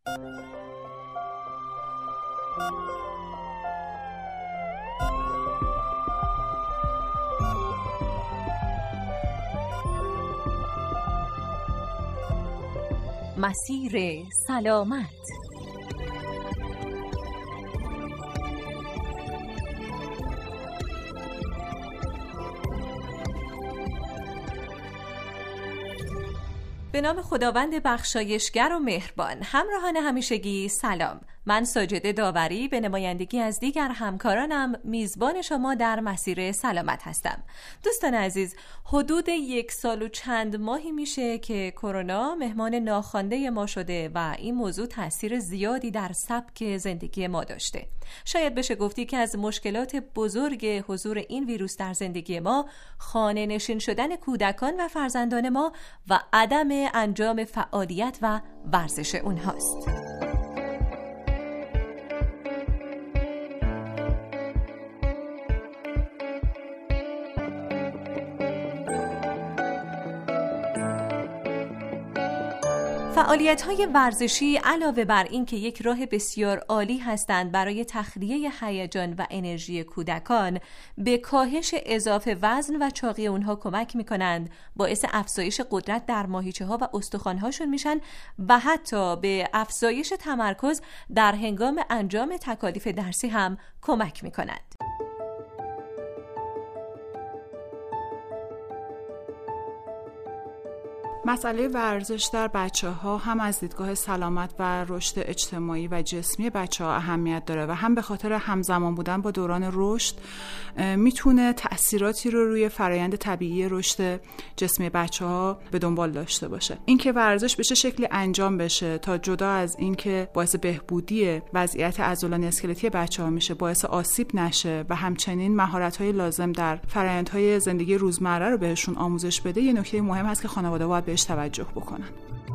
مسیر سلامت. به نام خداوند بخشایشگر و مهربان. همراهان همیشگی سلام. من ساجده داوری به نمایندگی از دیگر همکارانم میزبان شما در مسیر سلامت هستم. دوستان عزیز، حدود 1 سال و چند ماهی میشه که کرونا مهمان ناخوانده ما شده و این موضوع تأثیر زیادی در سبک زندگی ما داشته. شاید بشه گفتی که از مشکلات بزرگ حضور این ویروس در زندگی ما خانه نشین شدن کودکان و فرزندان ما و عدم انجام فعالیت و ورزش اونهاست. فعالیت‌های ورزشی علاوه بر این که یک راه بسیار عالی هستند برای تخلیه هیجان و انرژی کودکان، به کاهش اضافه وزن و چاقی اونها کمک می‌کنند، باعث افزایش قدرت در ماهیچه‌ها و استخوان‌هاشون میشن و حتی به افزایش تمرکز در هنگام انجام تکالیف درسی هم کمک می‌کنند. مسئله ورزش در بچه‌ها هم از دیدگاه سلامت و رشد اجتماعی و جسمی بچه‌ها اهمیت داره و هم به خاطر همزمان بودن با دوران رشد میتونه تأثیراتی رو روی فرایند طبیعی رشد جسمی بچه‌ها به دنبال داشته باشه. اینکه ورزش به چه شکلی انجام بشه تا جدا از اینکه باعث بهبودی وضعیت عضلانی اسکلتی بچه‌ها میشه، باعث آسیب نشه و همچنین مهارت‌های لازم در فرایندهای زندگی روزمره رو بهشون آموزش بده، یه نکته مهم هست که خانواده باید بهش توجه بکنن.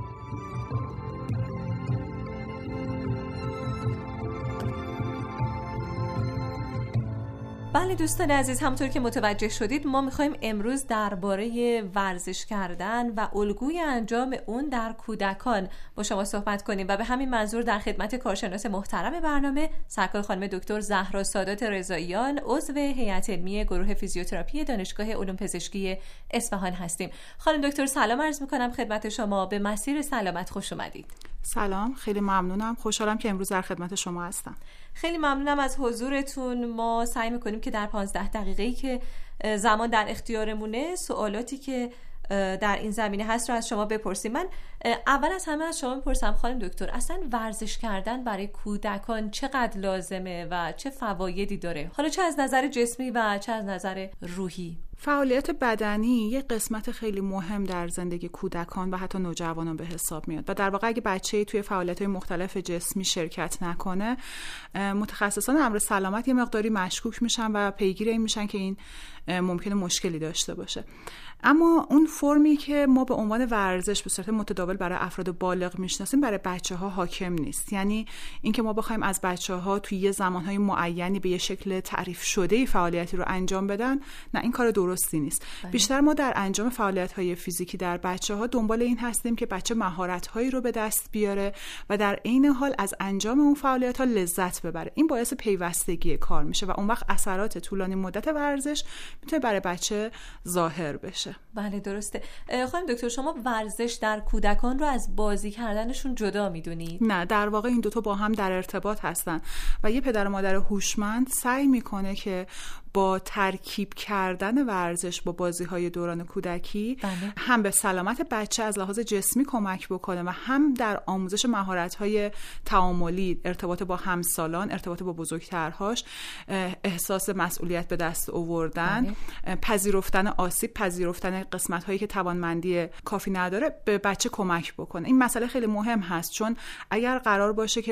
بله دوستان عزیز، همونطور که متوجه شدید ما میخوایم امروز درباره ورزش کردن و الگوی انجام اون در کودکان با شما صحبت کنیم و به همین منظور در خدمت کارشناس محترم برنامه سرکار خانم دکتر زهرا سادات رضاییان، عضو هیئت علمی گروه فیزیوتراپی دانشگاه علوم پزشکی اصفهان هستیم. خانم دکتر سلام عرض میکنم خدمت شما، به مسیر سلامت خوش اومدید. سلام، خیلی ممنونم، خوشحالم که امروز در خدمت شما هستم. خیلی ممنونم از حضورتون. ما سعی میکنیم که در 15 دقیقه‌ای که زمان در اختیارمونه سوالاتی که در این زمینه هست رو از شما بپرسیم. من اول از همه از شما بپرسم خانم دکتر، اصلا ورزش کردن برای کودکان چقدر لازمه و چه فوایدی داره؟ حالا چه از نظر جسمی و چه از نظر روحی؟ فعالیت بدنی یک قسمت خیلی مهم در زندگی کودکان و حتی نوجوانان به حساب میاد و در واقع اگه بچه‌ای توی فعالیت‌های مختلف جسمی شرکت نکنه، متخصصان امر سلامت یه مقداری مشکوک میشن و پیگیر این میشن که این ممکنه مشکلی داشته باشه. اما اون فرمی که ما به عنوان ورزش به صورت متداول برای افراد بالغ میشناسیم برای بچه‌ها حاکم نیست. یعنی اینکه ما بخوایم از بچه‌ها توی یه زمانهای معینی به یه شکل تعریف شده فعالیتی رو انجام بدن، نه، این کار درستی نیست. بیشتر ما در انجام فعالیت‌های فیزیکی در بچه‌ها دنبال این هستیم که بچه مهارت‌هایی رو به دست بیاره و در عین حال از انجام اون فعالیت‌ها لذت ببره. این باعث پیوستگی کار میشه و اون وقت اثرات طولانی مدت ورزش میتونه برای بچه ظاهر بشه. بله درسته. خانم دکتر، شما ورزش در کودکان رو از بازی کردنشون جدا میدونید؟ نه، در واقع این دوتا با هم در ارتباط هستن و یه پدر و مادر هوشمند سعی میکنه که با ترکیب کردن ورزش با بازی‌های دوران کودکی هم به سلامت بچه از لحاظ جسمی کمک بکنه و هم در آموزش مهارت‌های تعاملی، ارتباط با همسالان، ارتباط با بزرگترهاش، احساس مسئولیت به دست آوردن، پذیرفتن آسیب، پذیرفتن قسمت‌هایی که توانمندی کافی نداره به بچه کمک بکنه. این مسئله خیلی مهم هست، چون اگر قرار باشه که ما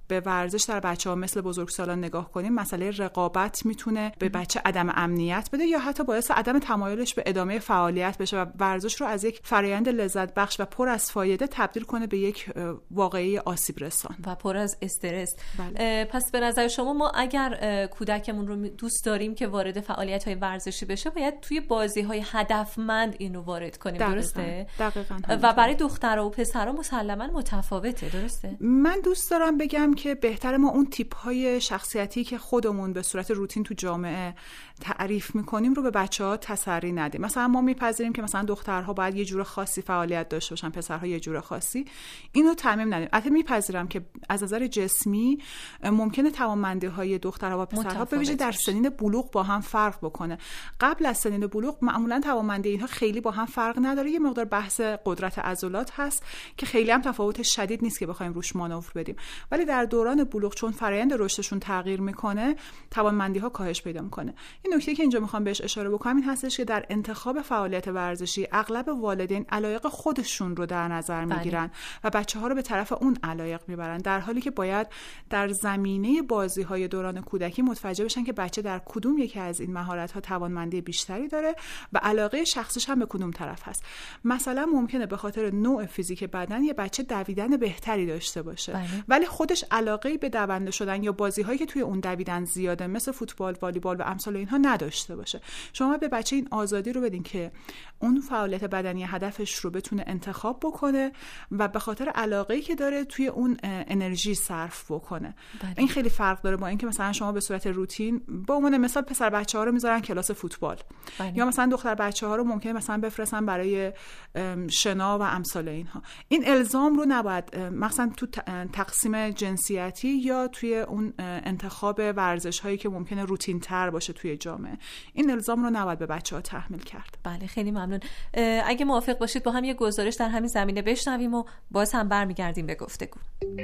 به ورزش در بچه‌ها مثل بزرگسالان نگاه کنیم، مسئله رقابت میتونه به بچه عدم امنیت بده یا حتی باعث عدم تمایلش به ادامه فعالیت بشه و ورزش رو از یک فرآیند لذت بخش و پر از فایده تبدیل کنه به یک واقعه آسیب رسان و پر از استرس. بله. پس به نظر شما ما اگر کودکمون رو دوست داریم که وارد فعالیت‌های ورزشی بشه، باید توی بازی‌های هدفمند اینو وارد کنیم. درسته؟ دقیقاً. و برای دخترها و پسرها مسلماً متفاوته. درسته؟ من دوست دارم بگم که بهتره ما اون تیپ‌های شخصیتی که خودمون به صورت روتین تو جامعه تعریف می‌کنیم رو به بچه‌ها تسری ندیم. مثلا ما می‌پذیریم که مثلا دخترها باید یه جور خاصی فعالیت داشته باشن، پسرها یه جور خاصی. اینو تعمیم ندیم. البته می‌پذیرم که از نظر جسمی ممکنه توانمندی‌های دخترها و پسرها به ویژه در سنین بلوغ با هم فرق بکنه. قبل از سنین بلوغ معمولاً توانمندی اینها خیلی با هم فرق نداره. یه مقدار بحث قدرت عضلات هست که خیلی هم تفاوت شدید نیست که بخوایم روش مانور بدیم. ولی در دوران بلوغ چون فرآیند رشدشون تغییر میکنه، توانمندی‌ها کاهش پیدا میکنه. این نکته که اینجا میخوام بهش اشاره بکنم این هستش که در انتخاب فعالیت ورزشی اغلب والدین علایق خودشون رو در نظر میگیرن و بچه‌ها رو به طرف اون علایق میبرن، در حالی که باید در زمینه بازی‌های دوران کودکی متوجه بشن که بچه در کدوم یکی از این مهارت‌ها توانمندی بیشتری داره و علاقه شخصیش هم به کدوم طرف هست. مثلا ممکنه به خاطر نوع فیزیک بدن یه بچه دویدن بهتری داشته باشه، ولی خودش علاقه به دونده شدن یا بازی‌هایی که توی اون دویدن زیاده مثل فوتبال، والیبال و امثال اینها نداشته باشه. شما به بچه این آزادی رو بدین که اون فعالیت بدنی هدفش رو بتونه انتخاب بکنه و به خاطر علاقه‌ای که داره توی اون انرژی صرف بکنه. این خیلی فرق داره با اینکه مثلا شما به صورت روتین با عنوان مثال پسر بچه‌ها رو میذارن کلاس فوتبال یا مثلا دختر بچه‌ها رو ممکنه مثلا بفرستن برای شنا و امثال اینها. این الزام رو نباید مثلا تو تقسیم جنسیتی یا توی اون انتخاب ورزش‌هایی که ممکنه روتین تر باشه توی جامعه، این الزام رو نباید به بچه‌ها تحمیل کرد. بله، خیلی ممنون. اگه موافق باشید با هم یه گزارش در همین زمینه بشنویم و باز هم برمیگردیم به گفتگو.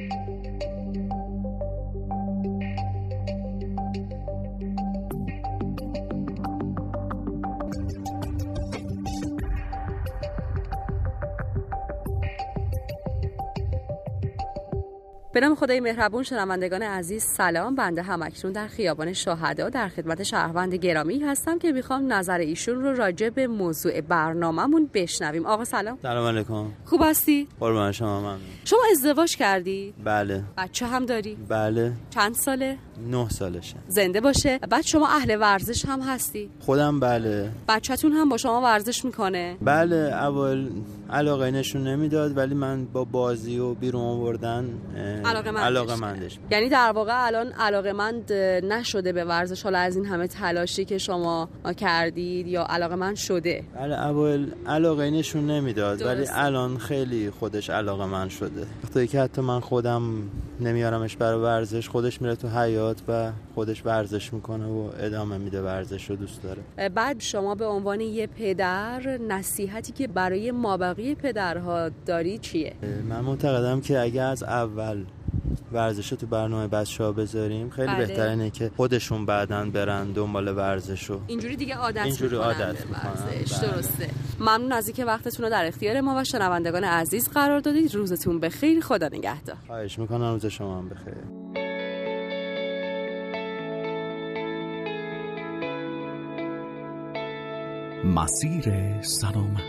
به نام خدای مهربون، شنوندگان عزیز سلام. بنده همکنون در خیابان شهدا در خدمت شهروند گرامی هستم که میخوام نظر ایشون رو راجع به موضوع برنامه‌مون بشنویم. آقا سلام. سلام علیکم. خوب هستی؟ قربان شما. ممنون. شما ازدواج کردی؟ بله. بچه هم داری؟ بله. چند ساله؟ 9 سالشه. زنده باشه. بعد شما اهل ورزش هم هستی؟ خودم بله. بچه‌تون هم با شما ورزش میکنه؟ بله. اول علاقه نشون نمیداد ولی من با بازی و بیرون آوردن علاقه‌مندش. یعنی در واقع الان علاقه‌مند نشده به ورزش، حالا از این همه تلاشی که شما کردید، یا علاقه‌مند شده؟ بله، اول علاقه نشون نمیداد ولی الان خیلی خودش علاقه‌مند شده. وقتی که حتی من خودم نمیارمش برای ورزش، خودش میره تو حیاط و خودش ورزش میکنه و ادامه میده ورزش رو دوست داره. بعد شما به عنوان یه پدر نصیحتی که برای مابقی پدرها داری چیه؟ من معتقدم که اگه از اول ورزش رو تو برنامه بچه‌ها بذاریم خیلی بهتره، اینه که خودشون بعداً برن دنبال ورزش رو اینجوری دیگه عادت میکنن. درسته. ممنون از اینکه وقتتون رو در اختیار ما و شنوندگان عزیز قرار دادید. روزتون بخیر. خدا نگهدار. خواهش میکنم. روز شما هم بخیر. مسیر سلامت.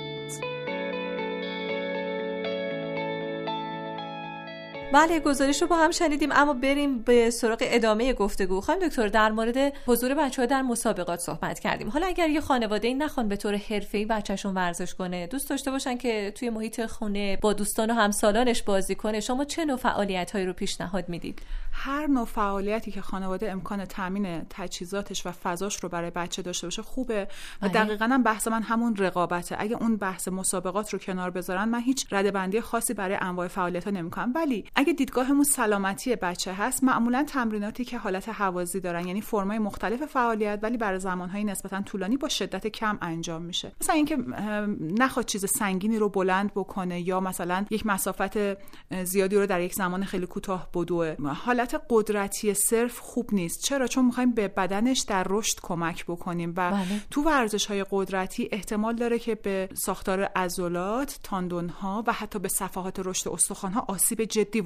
بله، گزارش رو با هم شنیدیم، اما بریم به سراغ ادامه گفتگو. خانم دکتر، در مورد حضور بچه‌ها در مسابقات صحبت کردیم. حالا اگر یه خانواده‌ای نخوان به طور حرفه‌ای بچه‌شون ورزش کنه، دوست داشته باشن که توی محیط خونه با دوستان و همسالانش بازی کنه، شما چه نوع فعالیت‌هایی رو پیشنهاد میدید؟ هر نوع فعالیتی که خانواده امکان تامین تجهیزاتش و فضاش رو برای بچه داشته باشه خوبه و دقیقاً هم بحث من همون رقابته. اگه اون بحث مسابقات رو کنار بذارن، من هیچ ردبندی خاصی برای انواع فعالیت‌ها نمی‌کنم. ولی اگه دیدگاهمون سلامتی بچه هست، معمولا تمریناتی که حالت هوازی دارن، یعنی فرمای مختلف فعالیت ولی برای زمانهای نسبتا طولانی با شدت کم انجام میشه. مثلا اینکه نخواد چیز سنگینی رو بلند بکنه یا مثلا یک مسافت زیادی رو در یک زمان خیلی کوتاه بدوه. حالت قدرتی صرف خوب نیست. چرا؟ چون می‌خوایم به بدنش در رشد کمک بکنیم و تو ورزش‌های قدرتی احتمال داره که به ساختار عضلات، تاندون‌ها و حتی به صفحات رشد استخوان‌ها آسیب جدی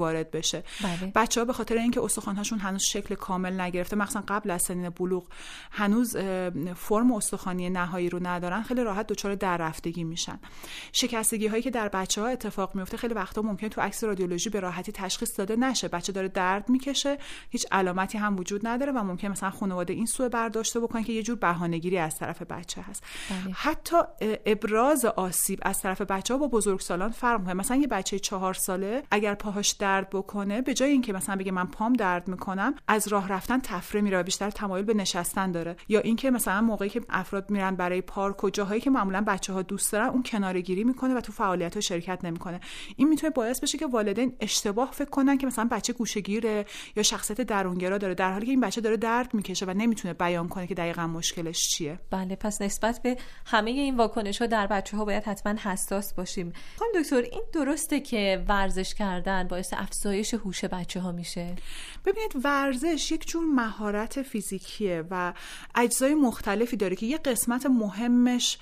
وارد بشه. بله. بچه‌ها به خاطر اینکه استخوان‌هاشون هنوز شکل کامل نگرفته، مثلا قبل از سنین بلوغ هنوز فرم استخوانی نهایی رو ندارن، خیلی راحت دچار دررفتگی میشن. شکستگی‌هایی که در بچه‌ها اتفاق میفته خیلی وقتا ممکنه تو عکس رادیولوژی به راحتی تشخیص داده نشه. بچه داره درد میکشه، هیچ علامتی هم وجود نداره و ممکنه مثلا خانواده این سوء برداشته بکنه که یه جور بهانه‌گیری از طرف بچه هست. بله. حتی ابراز آسیب از طرف بچه‌ها با بزرگسالان فرق می‌کنه. مثلا یه بچه 4 ساله اگر پاهاش درد بکنه، به جای اینکه مثلا بگه من پام درد میکنم، از راه رفتن تفره میره و بیشتر تمایل به نشستن داره. یا اینکه مثلا موقعی که افراد میرن برای پارک و جاهایی که معمولا بچه‌ها دوست دارن، اون کناره‌گیری میکنه و تو فعالیت‌ها شرکت نمیکنه. این میتونه باعث بشه که والدین اشتباه فکر کنن که مثلا بچه گوشه‌گیره یا شخصیت درونگرا داره، در حالی که این بچه داره درد میکشه و نمیتونه بیان کنه که دقیقاً مشکلش چیه. بله، پس نسبت به همه این واکنش‌ها در بچه‌ها باید حتما حساس باشیم. خانم دکتر، این درسته که ورزش کردن باعث افزایش هوش بچه‌ها میشه؟ ببینید، ورزش یک جور مهارت فیزیکیه و اجزای مختلفی داره که یه قسمت مهمش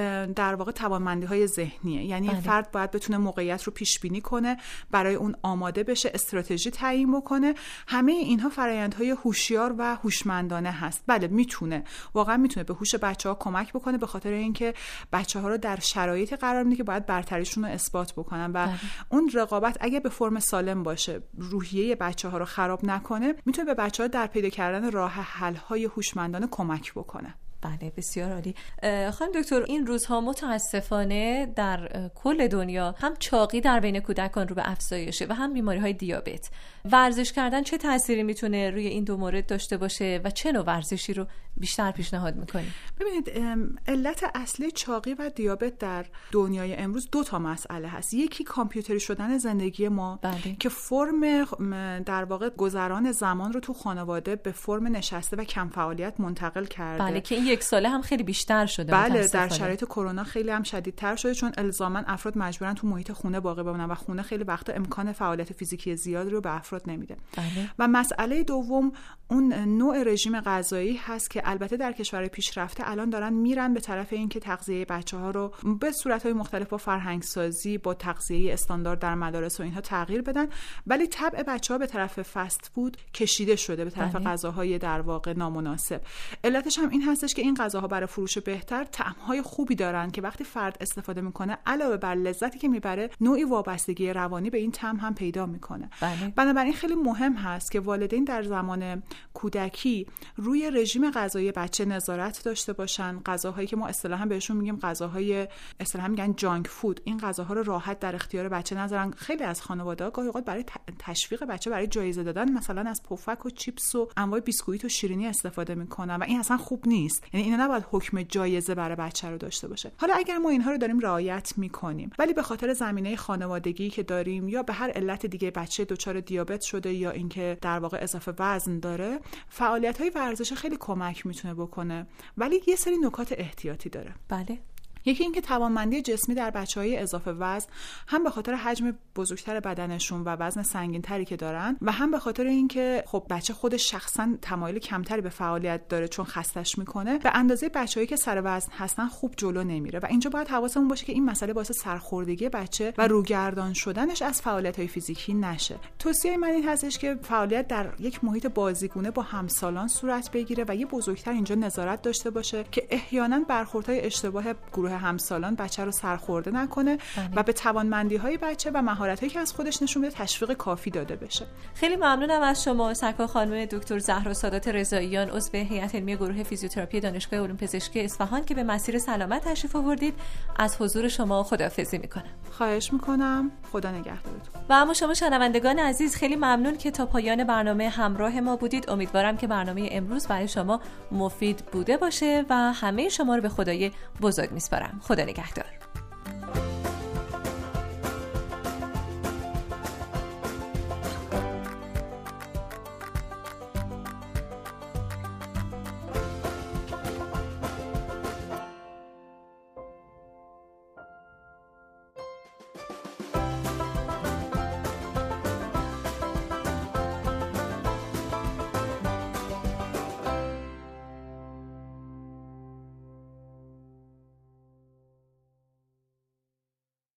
در واقع توانمندی‌های ذهنیه. یعنی بله. فرد باید بتونه موقعیت رو پیش بینی کنه، برای اون آماده بشه، استراتژی تعیین بکنه. همه اینها فرآیندهای هوشیار و هوشمندانه هست. بله، واقعا میتونه به هوش بچه‌ها کمک بکنه، به خاطر اینکه بچه‌ها رو در شرایطی قرار میده که باید برتریشون رو اثبات بکنن و اون رقابت اگه به فرم سالم باشه، روحیه بچه‌ها رو خراب نکنه، میتونه به بچه‌ها در پیدا کردن راه حل‌های هوشمندانه کمک بکنه. بله، بسیار عالی. خانم دکتر، این روزها متاسفانه در کل دنیا هم چاقی در بین کودکان رو به افزایشه و هم بیماری‌های دیابت. ورزش کردن چه تأثیری میتونه روی این دو مورد داشته باشه و چه نوع ورزشی رو بیشتر پیشنهاد میکنید؟ ببینید، علت اصلی چاقی و دیابت در دنیای امروز 2 مسئله هست. یکی کامپیوتری شدن زندگی ما، بله. که فرم در واقع گذران زمان رو تو خانواده به فرم نشسته و کم فعالیت منتقل کرده. بله، که این 1 ساله هم خیلی بیشتر شده. بله، در شرایط کرونا خیلی هم شدیدتر شده، چون الزاما افراد مجبورن تو محیط خونه باقی بمونن و خونه خیلی وقتا امکان فعالیت فیزیکی زیادی رو به افراد نمیده. بله. و مسئله دوم اون نوع رژیم غذایی هست که البته در کشورهای پیشرفته الان دارن میرن به طرف اینکه تغذیه بچه‌ها رو به صورت‌های مختلف با فرهنگ سازی، با تغذیه استاندارد در مدارس و اینها تغییر بدن، ولی طبع بچه‌ها به طرف فست فود کشیده شده، به طرف غذاهای در واقع نامناسب. علتش هم این هستش که این غذاها برای فروش بهتر طعم‌های خوبی دارن که وقتی فرد استفاده میکنه، علاوه بر لذتی که میبره، نوعی وابستگی روانی به این طعم هم پیدا میکنه. بنابراین خیلی مهم هست که والدین در زمان کودکی روی رژیم غذایی بچه نظارت داشته باشن. غذاهایی که ما اصطلاحاً بهشون میگیم غذاهای اصطلاحاً میگن جانک فود، این غذاها رو راحت در اختیار بچه نذارن. خیلی از خانواده‌ها گاهی اوقات برای تشویق بچه، برای جایزه دادن، مثلا از پفک و چیپس و انواع بیسکویت و شیرینی استفاده میکنن و این اصلا خوب نیست. یعنی اینا نباید حکم جایزه برای بچه رو داشته باشه. حالا اگر ما اینها رو داریم رعایت میکنیم، ولی به خاطر زمینه خانوادگی که داریم یا به هر علت دیگه بچه دچار دیابت شده یا اینکه در واقع اضافه وزن داره، فعالیت‌های ورزشی خیلی کمک میتونه بکنه، ولی یه سری نکات احتیاطی داره. بله. یکی اینکه توانمندی جسمی در بچه‌های اضافه وزن هم به خاطر حجم بزرگتر بدنشون و وزن سنگین‌تری که دارن و هم به خاطر اینکه خب بچه خودش شخصا تمایل کمتری به فعالیت داره چون خستش میکنه، به اندازه بچه‌هایی که سر وزن هستن خوب جلو نمیره و اینجا باید حواسمون باشه که این مسئله باعث سرخوردگی بچه و روگردان شدنش از فعالیت‌های فیزیکی نشه. توصیه من این هستش که فعالیت در یک محیط بازیگونه با همسالان صورت بگیره و یه بزرگتر اینجا نظارت داشته باشه که احیانا برخوردهای اشتباه گروه همسالان بچه رو سرخورده نکنه و به توانمندی‌های بچه و مهارت‌هایی که از خودش نشون میده تشویق کافی داده بشه. خیلی ممنونم از شما سرکار خانم دکتر زهرا سادات رضاییان، عضو هیئت علمی گروه فیزیوتراپی دانشگاه علوم پزشکی اصفهان که به مسیر سلامت تشریف آوردید. از حضور شما خداحافظی میکنم. خواهش میکنم. خدا نگهدارتون. و اما شما شنوندگان عزیز، خیلی ممنون که تا پایان برنامه همراه ما بودید. امیدوارم که برنامه امروز برای شما مفید بوده باشه و همه شما رو به خدای بزرگ میسپارم. خدا نگهدار.